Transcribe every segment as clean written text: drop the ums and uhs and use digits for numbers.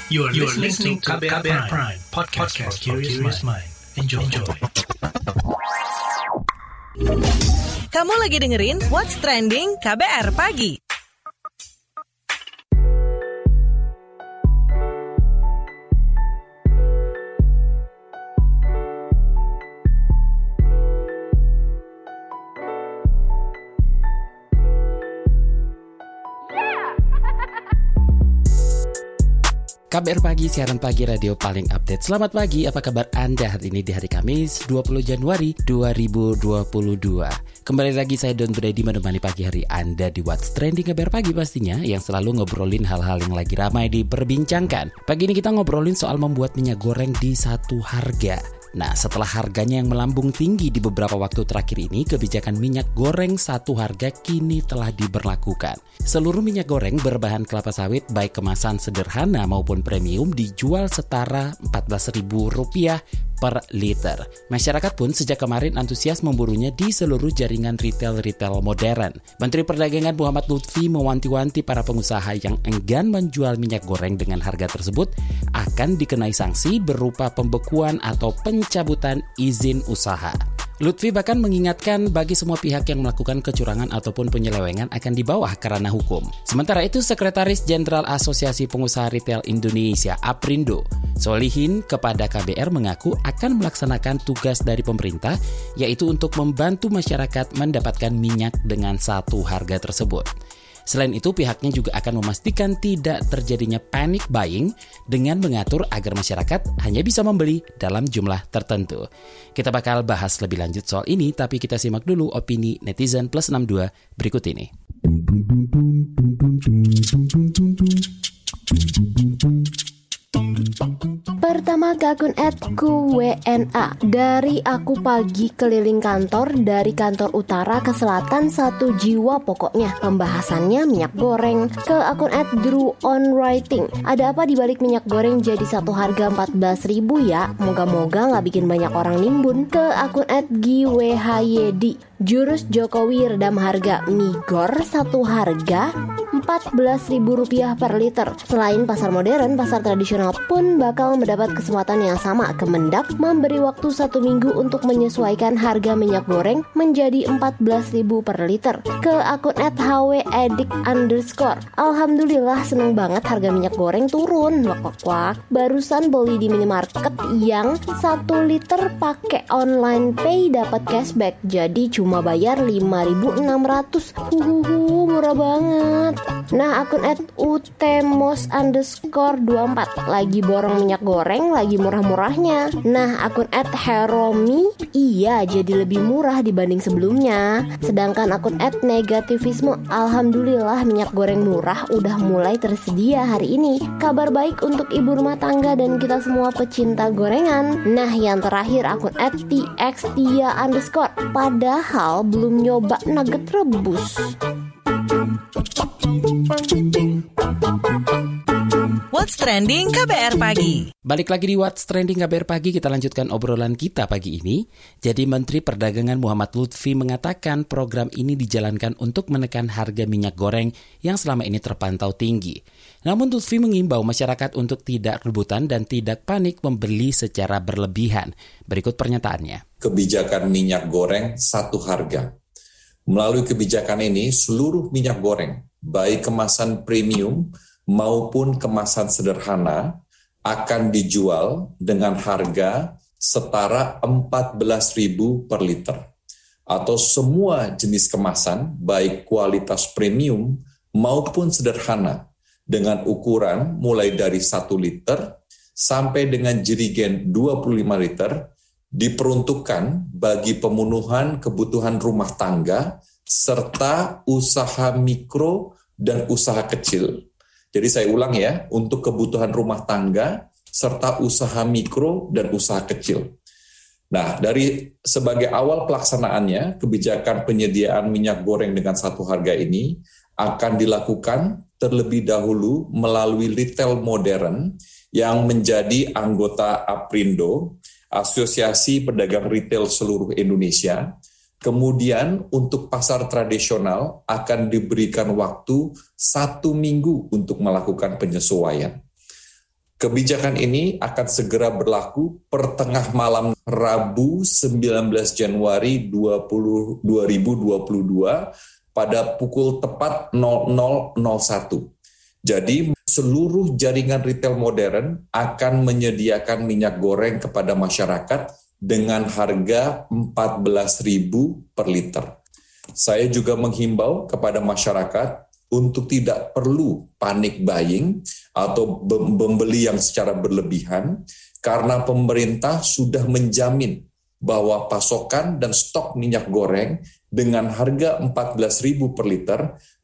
You are listening to KBR Prime, podcast for curious mind. Enjoy. Kamu lagi dengerin What's Trending KBR Pagi. KBR Pagi, siaran pagi radio paling update. Selamat pagi, apa kabar Anda hari ini di hari Kamis 20 Januari 2022. Kembali lagi saya Don Brady menemani pagi hari Anda di What's Trending KBR Pagi pastinya, yang selalu ngobrolin hal-hal yang lagi ramai diperbincangkan. Pagi ini kita ngobrolin soal membuat minyak goreng di satu harga. Nah, setelah harganya yang melambung tinggi di beberapa waktu terakhir ini, kebijakan minyak goreng satu harga kini telah diberlakukan. Seluruh minyak goreng berbahan kelapa sawit baik kemasan sederhana maupun premium dijual setara Rp14.000 per liter. Masyarakat pun sejak kemarin antusias memburunya di seluruh jaringan retail modern. Menteri Perdagangan Muhammad Lutfi mewanti-wanti para pengusaha yang enggan menjual minyak goreng dengan harga tersebut akan dikenai sanksi berupa pembekuan atau pencabutan izin usaha. Lutfi bahkan mengingatkan bagi semua pihak yang melakukan kecurangan ataupun penyelewengan akan dibawa ke ranah hukum. Sementara itu, Sekretaris Jenderal Asosiasi Pengusaha Retail Indonesia, Aprindo, Solihin kepada KBR mengaku akan melaksanakan tugas dari pemerintah, yaitu untuk membantu masyarakat mendapatkan minyak dengan satu harga tersebut. Selain itu, pihaknya juga akan memastikan tidak terjadinya panic buying dengan mengatur agar masyarakat hanya bisa membeli dalam jumlah tertentu. Kita bakal bahas lebih lanjut soal ini, tapi kita simak dulu opini netizen plus 62 berikut ini. Pertama ke akun @kuwna. Dari aku pagi keliling kantor, dari kantor utara ke selatan satu jiwa pokoknya. Pembahasannya minyak goreng. Ke akun @drewonwriting. Ada apa dibalik minyak goreng jadi satu harga 14.000 ya? Moga-moga gak bikin banyak orang nimbun. Ke akun @gwhyedi. Jurus Jokowi redam harga migor satu harga Rp14.000 per liter. Selain pasar modern, pasar tradisional pun bakal mendapat kesempatan yang sama. Kemendak memberi waktu 1 minggu untuk menyesuaikan harga minyak goreng menjadi Rp14.000 per liter. Ke akun @hwedik_. Alhamdulillah seneng banget harga minyak goreng turun. Wak. Barusan beli di minimarket yang 1 liter pakai online pay dapat cashback. Jadi cuma bayar 5.600. Murah banget. Nah, akun @utemos_24 lagi borong minyak goreng, lagi murah-murahnya. Nah, akun @heromi, iya jadi lebih murah dibanding sebelumnya. Sedangkan akun @negativisme, alhamdulillah minyak goreng murah udah mulai tersedia hari ini. Kabar baik untuk ibu rumah tangga dan kita semua pecinta gorengan. Nah, yang terakhir akun @txtia_. Padahal belum nyoba nugget rebus. What's Trending KBR Pagi. Balik lagi di What's Trending KBR Pagi, kita lanjutkan obrolan kita pagi ini. Jadi Menteri Perdagangan Muhammad Lutfi mengatakan program ini dijalankan untuk menekan harga minyak goreng yang selama ini terpantau tinggi. Namun Lutfi mengimbau masyarakat untuk tidak rebutan dan tidak panik membeli secara berlebihan. Berikut pernyataannya. Kebijakan minyak goreng satu harga. Melalui kebijakan ini, seluruh minyak goreng, baik kemasan premium maupun kemasan sederhana, akan dijual dengan harga setara Rp14.000 per liter. Atau semua jenis kemasan, baik kualitas premium maupun sederhana, dengan ukuran mulai dari 1 liter sampai dengan jerigen 25 liter, diperuntukkan bagi pemenuhan kebutuhan rumah tangga serta usaha mikro dan usaha kecil. Jadi saya ulang ya, untuk kebutuhan rumah tangga serta usaha mikro dan usaha kecil. Nah, dari sebagai awal pelaksanaannya, kebijakan penyediaan minyak goreng dengan satu harga ini akan dilakukan terlebih dahulu melalui retail modern yang menjadi anggota Aprindo, Asosiasi Pedagang Retail Seluruh Indonesia. Kemudian untuk pasar tradisional akan diberikan waktu 1 minggu untuk melakukan penyesuaian. Kebijakan ini akan segera berlaku pertengah malam Rabu 19 Januari 2022 pada pukul tepat 00.01. Jadi seluruh jaringan retail modern akan menyediakan minyak goreng kepada masyarakat dengan harga Rp14.000 per liter. Saya juga menghimbau kepada masyarakat untuk tidak perlu panik buying atau membeli yang secara berlebihan karena pemerintah sudah menjamin bahwa pasokan dan stok minyak goreng dengan harga Rp14.000 per liter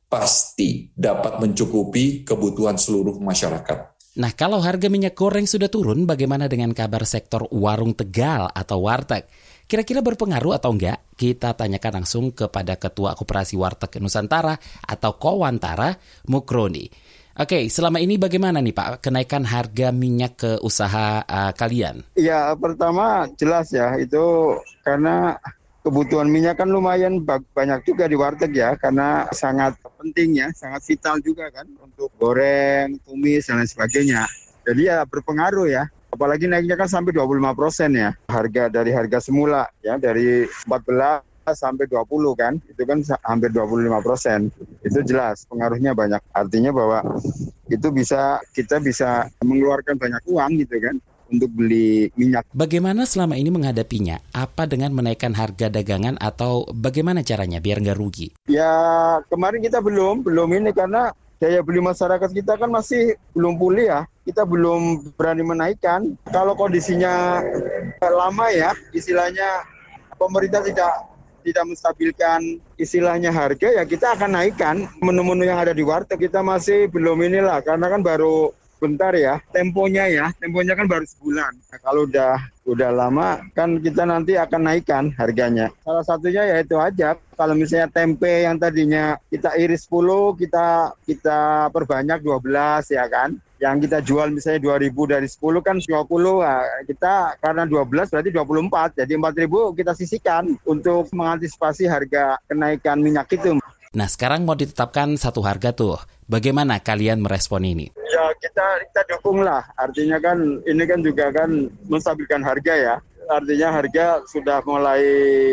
pasti dapat mencukupi kebutuhan seluruh masyarakat. Nah, kalau harga minyak goreng sudah turun, bagaimana dengan kabar sektor warung Tegal atau warteg? Kira-kira berpengaruh atau enggak? Kita tanyakan langsung kepada Ketua Koperasi Warteg Nusantara atau Kowantara, Mukroni. Oke, selama ini bagaimana nih Pak kenaikan harga minyak ke usaha kalian? Ya, pertama jelas ya, itu karena kebutuhan minyak kan lumayan banyak juga di warteg ya, karena sangat penting ya, sangat vital juga kan untuk goreng, tumis, dan lain sebagainya. Jadi ya berpengaruh ya. Apalagi naiknya kan sampai 25% ya. Harga dari harga semula ya, dari 14 sampai 20 kan, itu kan hampir 25%. Itu jelas pengaruhnya banyak. Artinya bahwa itu kita bisa mengeluarkan banyak uang gitu kan untuk beli minyak. Bagaimana selama ini menghadapinya? Apa dengan menaikkan harga dagangan atau bagaimana caranya biar nggak rugi? Ya kemarin kita belum ini karena daya beli masyarakat kita kan masih belum pulih ya. Kita belum berani menaikkan. Kalau kondisinya lama ya, istilahnya pemerintah tidak menstabilkan istilahnya harga, ya kita akan naikkan menu-menu yang ada di warteg. Kita masih belum inilah, karena kan baru bentar ya, temponya kan baru sebulan. Nah, kalau udah lama kan kita nanti akan naikkan harganya. Salah satunya ya itu aja, kalau misalnya tempe yang tadinya kita iris 10, kita perbanyak 12 ya kan. Yang kita jual misalnya 2.000 dari 10 kan 20, nah kita karena 12 berarti 24, jadi 4.000 kita sisihkan untuk mengantisipasi harga kenaikan minyak itu. Nah sekarang mau ditetapkan satu harga tuh, bagaimana kalian merespon ini? Ya kita dukung lah, artinya kan ini kan juga kan menstabilkan harga ya. Artinya harga sudah mulai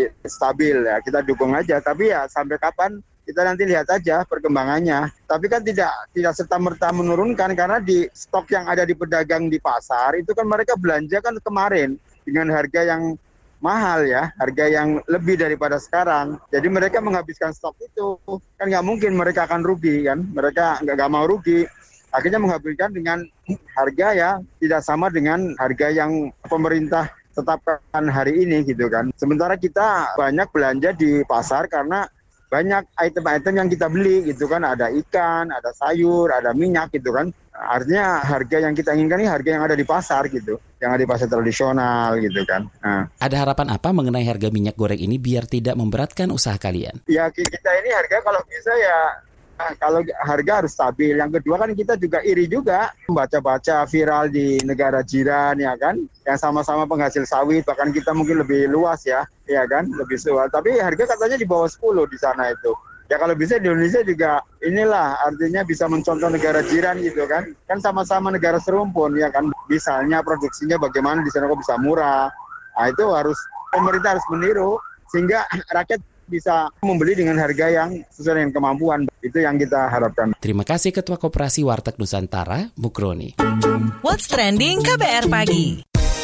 stabil ya, kita dukung aja, tapi ya sampai kapan kita nanti lihat aja perkembangannya. Tapi kan tidak serta-merta menurunkan, karena di stok yang ada di pedagang di pasar itu kan mereka belanja kan kemarin dengan harga yang mahal ya, harga yang lebih daripada sekarang. Jadi mereka menghabiskan stok itu, kan nggak mungkin mereka akan rugi kan, mereka nggak mau rugi. Akhirnya menghabiskan dengan harga ya tidak sama dengan harga yang pemerintah tetapkan hari ini gitu kan. Sementara kita banyak belanja di pasar karena banyak item-item yang kita beli gitu kan, ada ikan, ada sayur, ada minyak gitu kan. Artinya harga yang kita inginkan ini harga yang ada di pasar gitu, yang ada di pasar tradisional gitu kan. Nah. Ada harapan apa mengenai harga minyak goreng ini biar tidak memberatkan usaha kalian? Ya kita ini harga kalau bisa ya, kalau harga harus stabil. Yang kedua kan kita juga iri juga membaca-baca viral di negara jiran ya kan, yang sama-sama penghasil sawit, bahkan kita mungkin lebih luas ya kan, lebih luas. Tapi harga katanya di bawah 10 di sana itu. Ya kalau bisa di Indonesia juga inilah, artinya bisa mencontoh negara jiran gitu kan. Kan sama-sama negara serumpun ya kan. Misalnya produksinya bagaimana di sana kok bisa murah. Nah itu pemerintah harus meniru sehingga rakyat bisa membeli dengan harga yang sesuai dengan kemampuan. Itu yang kita harapkan. Terima kasih Ketua Koperasi Warteg Nusantara, Mukroni. What's Trending KBR Pagi.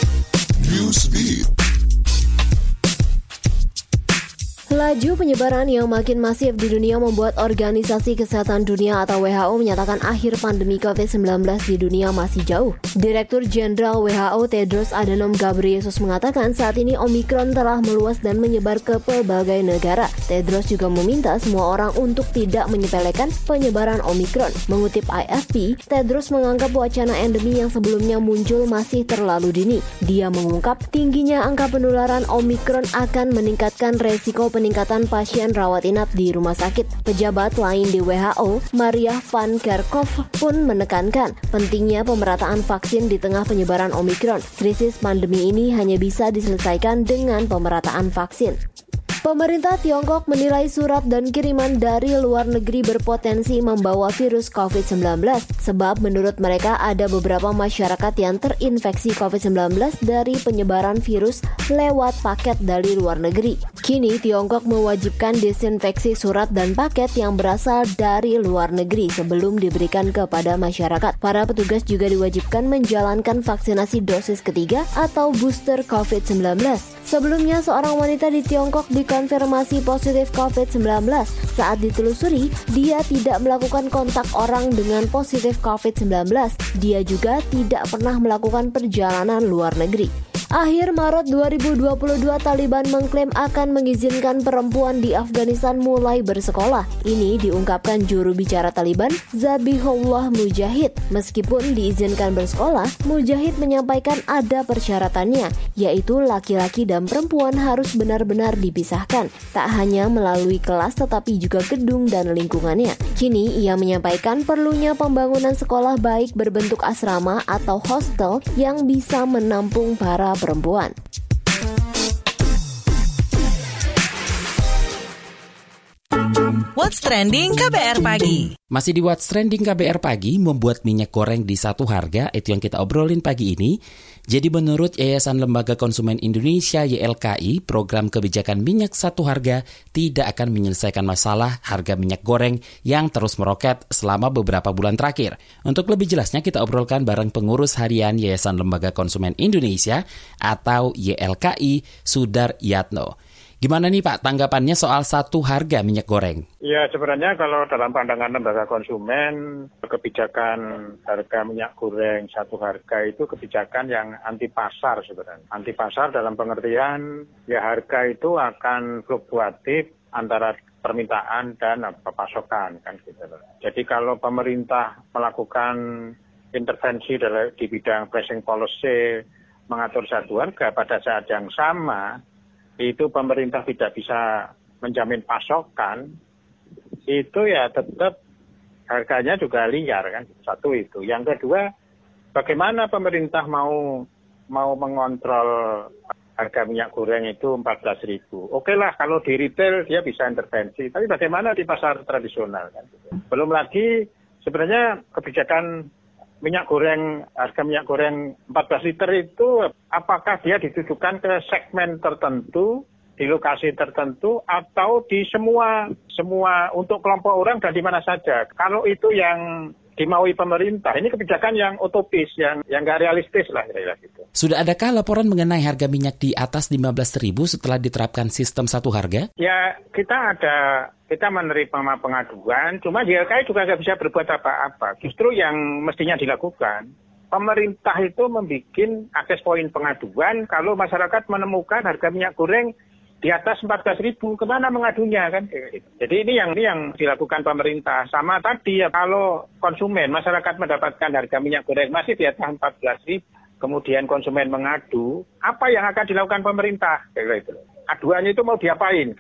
Newsbeat. Laju penyebaran yang makin masif di dunia membuat Organisasi Kesehatan Dunia atau WHO menyatakan akhir pandemi COVID-19 di dunia masih jauh. Direktur Jenderal WHO Tedros Adhanom Ghebreyesus mengatakan saat ini Omikron telah meluas dan menyebar ke berbagai negara. Tedros juga meminta semua orang untuk tidak menyepelekan penyebaran Omikron. Mengutip AFP, Tedros menganggap wacana endemi yang sebelumnya muncul masih terlalu dini. Dia mengungkap tingginya angka penularan Omikron akan meningkatkan resiko peningkatan pasien rawat inap di rumah sakit. Pejabat lain di WHO, Maria van Kerkhove pun menekankan pentingnya pemerataan vaksin di tengah penyebaran Omikron. Krisis pandemi ini hanya bisa diselesaikan dengan pemerataan vaksin. Pemerintah Tiongkok menilai surat dan kiriman dari luar negeri berpotensi membawa virus COVID-19 sebab menurut mereka ada beberapa masyarakat yang terinfeksi COVID-19 dari penyebaran virus lewat paket dari luar negeri. Kini Tiongkok mewajibkan desinfeksi surat dan paket yang berasal dari luar negeri sebelum diberikan kepada masyarakat. Para petugas juga diwajibkan menjalankan vaksinasi dosis ketiga atau booster COVID-19. Sebelumnya, seorang wanita di Tiongkok dikonfirmasi positif COVID-19. Saat ditelusuri, dia tidak melakukan kontak orang dengan positif COVID-19. Dia juga tidak pernah melakukan perjalanan luar negeri. Akhir Maret 2022, Taliban mengklaim akan mengizinkan perempuan di Afghanistan mulai bersekolah. Ini diungkapkan juru bicara Taliban, Zabihullah Mujahid. Meskipun diizinkan bersekolah, Mujahid menyampaikan ada persyaratannya, yaitu laki-laki dan perempuan harus benar-benar dipisahkan. Tak hanya melalui kelas tetapi juga gedung dan lingkungannya. Kini ia menyampaikan perlunya pembangunan sekolah baik berbentuk asrama atau hostel yang bisa menampung para perempuan. What's Trending KBR Pagi. Masih di What's Trending KBR Pagi, membuat minyak goreng di satu harga, itu yang kita obrolin pagi ini. Jadi menurut Yayasan Lembaga Konsumen Indonesia YLKI, program kebijakan minyak satu harga tidak akan menyelesaikan masalah harga minyak goreng yang terus meroket selama beberapa bulan terakhir. Untuk lebih jelasnya kita obrolkan bareng pengurus harian Yayasan Lembaga Konsumen Indonesia atau YLKI, Sudar Yatno. Gimana nih Pak tanggapannya soal satu harga minyak goreng? Ya sebenarnya kalau dalam pandangan lembaga konsumen, kebijakan harga minyak goreng satu harga itu kebijakan yang anti pasar sebenarnya. Anti pasar dalam pengertian ya harga itu akan fluktuatif antara permintaan dan pasokan kan gitu. Jadi kalau pemerintah melakukan intervensi di bidang pricing policy mengatur satu harga pada saat yang sama, itu pemerintah tidak bisa menjamin pasokan, itu ya tetap harganya juga liar kan. Satu itu. Yang kedua, bagaimana pemerintah mau mengontrol harga minyak goreng itu 14.000. Oke lah kalau di retail dia bisa intervensi, tapi bagaimana di pasar tradisional kan? Belum lagi sebenarnya kebijakan minyak goreng, harga minyak goreng 14 liter itu apakah dia ditujukan ke segmen tertentu, di lokasi tertentu, atau di semua untuk kelompok orang dan di mana saja. Kalau itu yang dimaui pemerintah, ini kebijakan yang utopis, yang nggak realistis lah kira-kira gitu. Sudah adakah laporan mengenai harga minyak di atas 15.000 setelah diterapkan sistem satu harga? Ya, kita menerima pengaduan, cuma YLKI juga nggak bisa berbuat apa-apa. Justru yang mestinya dilakukan, pemerintah itu membuat akses poin pengaduan kalau masyarakat menemukan harga minyak goreng di atas 14.000, kemana mengadunya kan? Jadi ini yang dilakukan pemerintah. Sama tadi ya, kalau konsumen, masyarakat mendapatkan harga minyak goreng masih di atas 14.000, kemudian konsumen mengadu, apa yang akan dilakukan pemerintah? Aduannya itu mau diapain?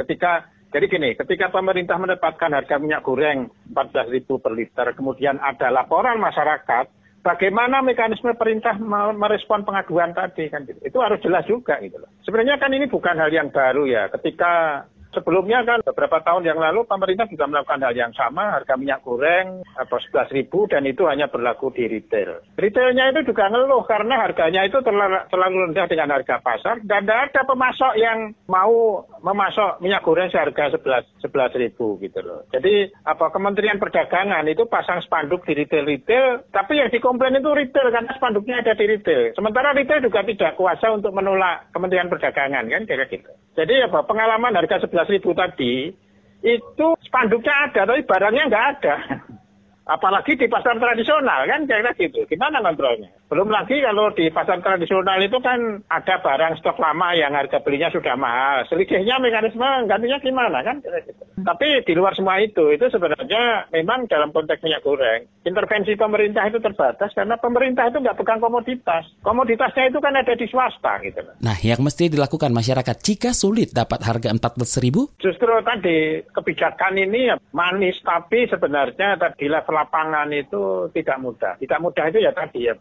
Ketika pemerintah menetapkan harga minyak goreng 14.000 per liter, kemudian ada laporan masyarakat, bagaimana mekanisme pemerintah merespon pengaduan tadi kan gitu. Itu harus jelas juga gitu loh. Sebenarnya kan ini bukan hal yang baru ya. Ketika sebelumnya kan beberapa tahun yang lalu pemerintah juga melakukan hal yang sama, harga minyak goreng 11.000 dan itu hanya berlaku di retail. Retailnya itu juga ngeluh karena harganya itu terlalu rendah dengan harga pasar dan tidak ada pemasok yang mau memasok minyak goreng seharga 11.000 gitu loh. Jadi Kementerian Perdagangan itu pasang spanduk di retail, tapi yang dikomplain itu retail karena spanduknya ada di retail. Sementara retail juga tidak kuasa untuk menolak Kementerian Perdagangan kan kayak gitu. Jadi pengalaman harga 11.000 tadi itu spanduknya ada tapi barangnya nggak ada. Apalagi di pasar tradisional kan kira-kira gitu. Gimana kontrolnya? Belum lagi kalau di pasar tradisional itu kan ada barang stok lama yang harga belinya sudah mahal. Selisihnya mekanisme gantinya gimana kan kira-kira gitu. Tapi di luar semua itu sebenarnya memang dalam konteks minyak goreng intervensi pemerintah itu terbatas karena pemerintah itu nggak pegang komoditas. Komoditasnya itu kan ada di swasta gitu. Nah, yang mesti dilakukan masyarakat jika sulit dapat harga 14.000? Justru tadi kebijakan ini manis tapi sebenarnya di level lapangan itu tidak mudah. Tidak mudah itu ya tadi ya mestinya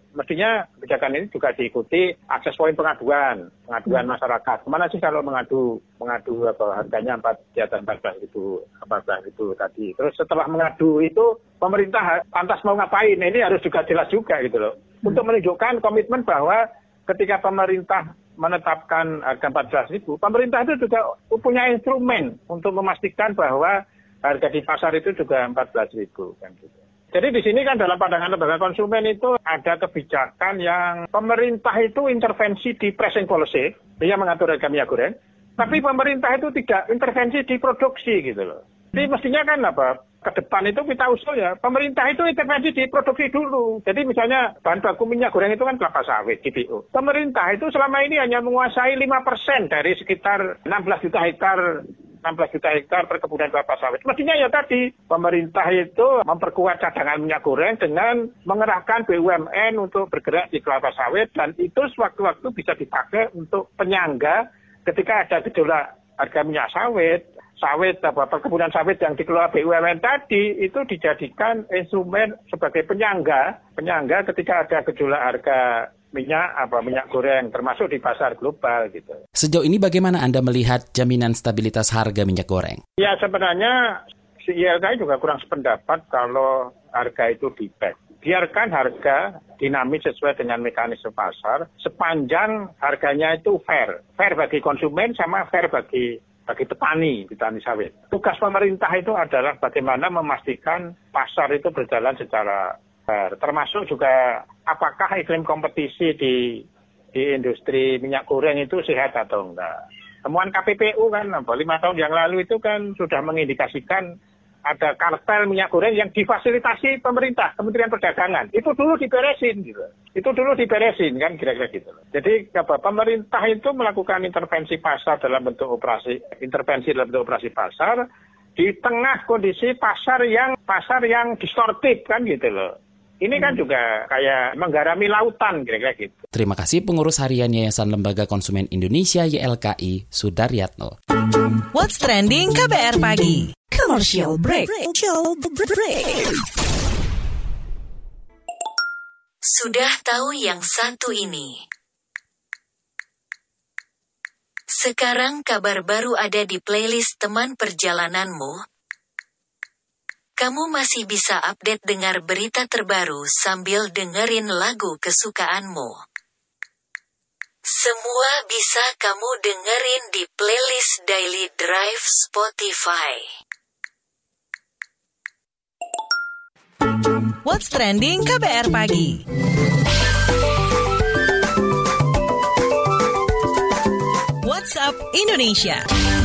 artinya kebijakan ini juga diikuti akses poin pengaduan masyarakat. Kemana sih kalau mengadu harganya di atas 14.000 tadi. Terus setelah mengadu itu pemerintah pantas mau ngapain? Ini harus juga jelas juga gitu loh. Untuk menunjukkan komitmen bahwa ketika pemerintah menetapkan harga 14.000, pemerintah itu juga punya instrumen untuk memastikan bahwa harga di pasar itu juga 14.000 kan gitu. Jadi di sini kan dalam pandangan lembaga konsumen itu ada kebijakan yang pemerintah itu intervensi di pricing policy, dia mengatur harga minyak goreng, tapi pemerintah itu tidak intervensi di produksi gitu loh. Jadi mestinya kan ke depan itu kita usul ya, pemerintah itu intervensi di produksi dulu. Jadi misalnya bahan baku minyak goreng itu kan kelapa sawit, CPO. Pemerintah itu selama ini hanya menguasai 5% dari sekitar 16 juta hektar perkebunan kelapa sawit. Mestinya ya tadi, pemerintah itu memperkuat cadangan minyak goreng dengan mengerahkan BUMN untuk bergerak di kelapa sawit, dan itu sewaktu-waktu bisa dipakai untuk penyangga ketika ada gejolak harga minyak sawit, perkebunan sawit yang dikelola BUMN tadi, itu dijadikan instrumen sebagai penyangga ketika ada gejolak harga minyak goreng termasuk di pasar global gitu. Sejauh ini bagaimana Anda melihat jaminan stabilitas harga minyak goreng? Ya sebenarnya si ILKI juga kurang sependapat kalau harga itu di-peg. Biarkan harga dinamis sesuai dengan mekanisme pasar sepanjang harganya itu fair bagi konsumen sama fair bagi petani sawit. Tugas pemerintah itu adalah bagaimana memastikan pasar itu berjalan secara fair, termasuk juga apakah iklim kompetisi di industri minyak goreng itu sehat atau enggak. Temuan KPPU kan 5 tahun yang lalu itu kan sudah mengindikasikan ada kartel minyak goreng yang difasilitasi pemerintah, Kementerian Perdagangan. Itu dulu diberesin gitu. Kan kira-kira gitu. Jadi pemerintah itu melakukan intervensi dalam bentuk operasi pasar di tengah kondisi pasar yang distortif kan gitu loh. Ini kan juga kayak menggarami lautan kira-kira gitu. Terima kasih pengurus harian Yayasan Lembaga Konsumen Indonesia YLKI, Sudaryatno. What's Trending KBR Pagi. Commercial break. Sudah tahu yang satu ini? Sekarang kabar baru ada di playlist teman perjalananmu. Kamu masih bisa update dengar berita terbaru sambil dengerin lagu kesukaanmu. Semua bisa kamu dengerin di playlist Daily Drive Spotify. What's Trending KBR Pagi. WhatsApp Indonesia.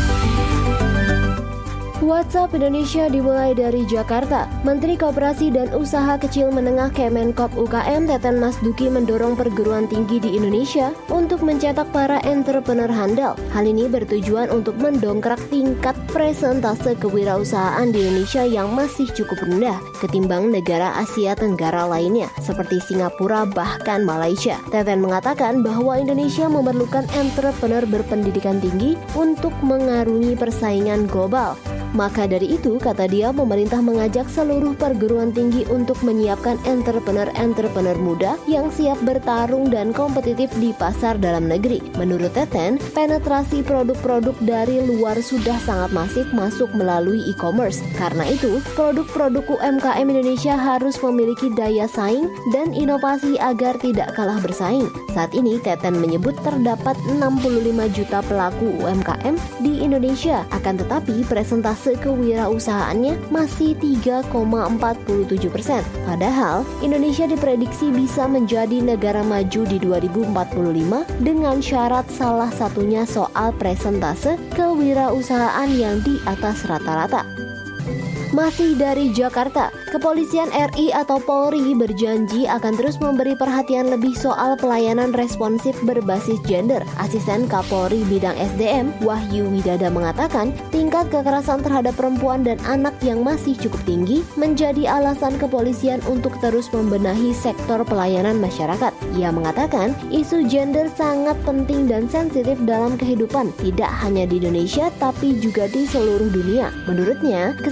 WhatsApp Indonesia dimulai dari Jakarta. Menteri Koperasi dan Usaha Kecil Menengah Kemenkop UKM Teten Mas Duki mendorong perguruan tinggi di Indonesia untuk mencetak para entrepreneur handal. Hal ini bertujuan untuk mendongkrak tingkat presentase kewirausahaan di Indonesia yang masih cukup rendah ketimbang negara Asia Tenggara lainnya seperti Singapura bahkan Malaysia. Teten mengatakan bahwa Indonesia memerlukan entrepreneur berpendidikan tinggi untuk mengarungi persaingan global. Maka dari itu, kata dia, pemerintah mengajak seluruh perguruan tinggi untuk menyiapkan entrepreneur muda yang siap bertarung dan kompetitif di pasar dalam negeri. Menurut Teten, penetrasi produk-produk dari luar sudah sangat masif masuk melalui e-commerce. Karena itu, produk-produk UMKM Indonesia harus memiliki daya saing dan inovasi agar tidak kalah bersaing. Saat ini, Teten menyebut terdapat 65 juta pelaku UMKM di Indonesia. Akan tetapi, presentasi kewirausahaannya masih 3,47%. Padahal, Indonesia diprediksi bisa menjadi negara maju di 2045 dengan syarat salah satunya soal presentase kewirausahaan yang di atas rata-rata. Masih dari Jakarta, Kepolisian RI atau Polri berjanji akan terus memberi perhatian lebih soal pelayanan responsif berbasis gender. Asisten Kapolri Bidang SDM, Wahyu Widada mengatakan, tingkat kekerasan terhadap perempuan dan anak yang masih cukup tinggi menjadi alasan kepolisian untuk terus membenahi sektor pelayanan masyarakat. Ia mengatakan, isu gender sangat penting dan sensitif dalam kehidupan, tidak hanya di Indonesia tapi juga di seluruh dunia. Menurutnya, kesetaraan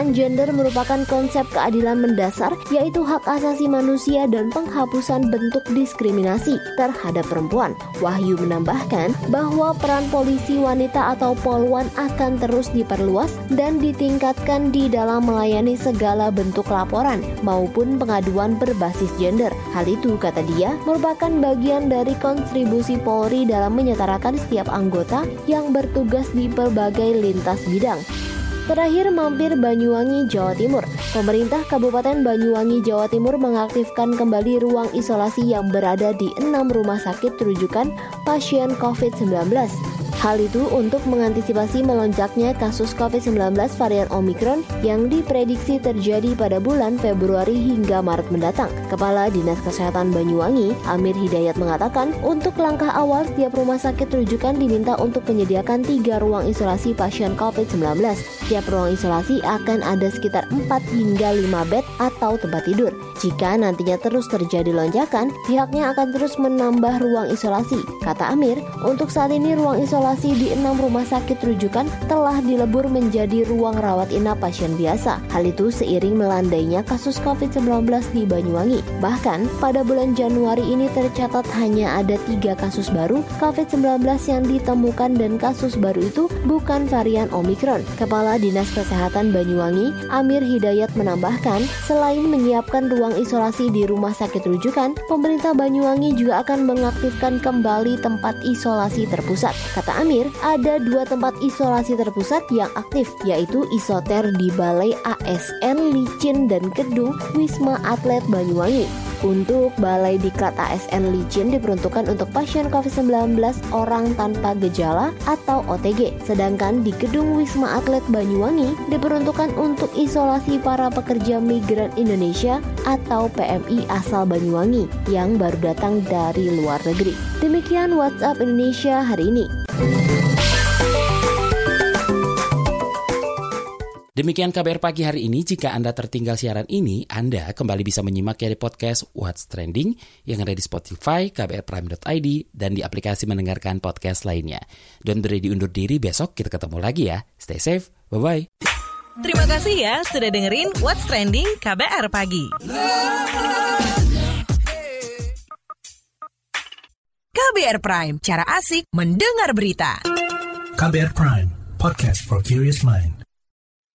Kesetaraan gender merupakan konsep keadilan mendasar, yaitu hak asasi manusia dan penghapusan bentuk diskriminasi terhadap perempuan. Wahyu menambahkan bahwa peran polisi wanita atau Polwan akan terus diperluas dan ditingkatkan di dalam melayani segala bentuk laporan maupun pengaduan berbasis gender. Hal itu, kata dia, merupakan bagian dari kontribusi Polri dalam menyetarakan setiap anggota yang bertugas di berbagai lintas bidang. Terakhir mampir Banyuwangi, Jawa Timur. Pemerintah Kabupaten Banyuwangi, Jawa Timur mengaktifkan kembali ruang isolasi yang berada di 6 rumah sakit rujukan pasien COVID-19. Hal itu untuk mengantisipasi melonjaknya kasus COVID-19 varian Omikron yang diprediksi terjadi pada bulan Februari hingga Maret mendatang. Kepala Dinas Kesehatan Banyuwangi, Amir Hidayat mengatakan, untuk langkah awal setiap rumah sakit rujukan diminta untuk menyediakan 3 ruang isolasi pasien COVID-19. Setiap ruang isolasi akan ada sekitar 4 hingga 5 bed atau tempat tidur. Jika nantinya terus terjadi lonjakan, pihaknya akan terus menambah ruang isolasi. Kata Amir, untuk saat ini ruang isolasi di 6 rumah sakit rujukan telah dilebur menjadi ruang rawat inap pasien biasa. Hal itu seiring melandainya kasus COVID-19 di Banyuwangi. Bahkan, pada bulan Januari ini tercatat hanya ada 3 kasus baru COVID-19 yang ditemukan dan kasus baru itu bukan varian Omikron. Kepala Dinas Kesehatan Banyuwangi, Amir Hidayat menambahkan, selain menyiapkan ruang isolasi di rumah sakit rujukan, pemerintah Banyuwangi juga akan mengaktifkan kembali tempat isolasi terpusat. Kata Amir, ada 2 tempat isolasi terpusat yang aktif, yaitu isoter di Balai ASN Licin dan Gedung Wisma Atlet Banyuwangi. Untuk Balai Diklat ASN Licin diperuntukkan untuk pasien COVID-19 orang tanpa gejala atau OTG. Sedangkan di Gedung Wisma Atlet Banyuwangi diperuntukkan untuk isolasi para pekerja migran Indonesia atau PMI asal Banyuwangi yang baru datang dari luar negeri. Demikian WhatsApp Indonesia hari ini. Demikian KBR Pagi hari ini. Jika Anda tertinggal siaran ini, Anda kembali bisa menyimak dari podcast What's Trending yang ada di Spotify, kbrprime.id, dan di aplikasi mendengarkan podcast lainnya. Don't be ready undur diri, besok kita ketemu lagi ya. Stay safe, bye-bye. Terima kasih ya sudah dengerin What's Trending KBR Pagi. KBR Prime, cara asik mendengar berita. KBR Prime, podcast for curious mind.